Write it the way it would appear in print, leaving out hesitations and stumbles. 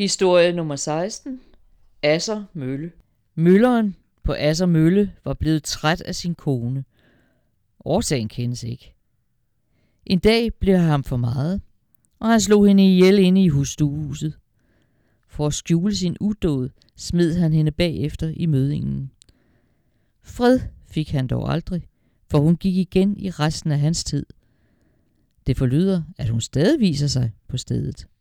Historie nummer 16. Asser Mølle. Mølleren på Asser Mølle var blevet træt af sin kone. Årsagen kendes ikke. En dag blev ham for meget, og han slog hende ihjel inde i husstuehuset. For at skjule sin udåd smed han hende bagefter i mødingen. Fred fik han dog aldrig, for hun gik igen i resten af hans tid. Det forlyder, at hun stadig viser sig på stedet.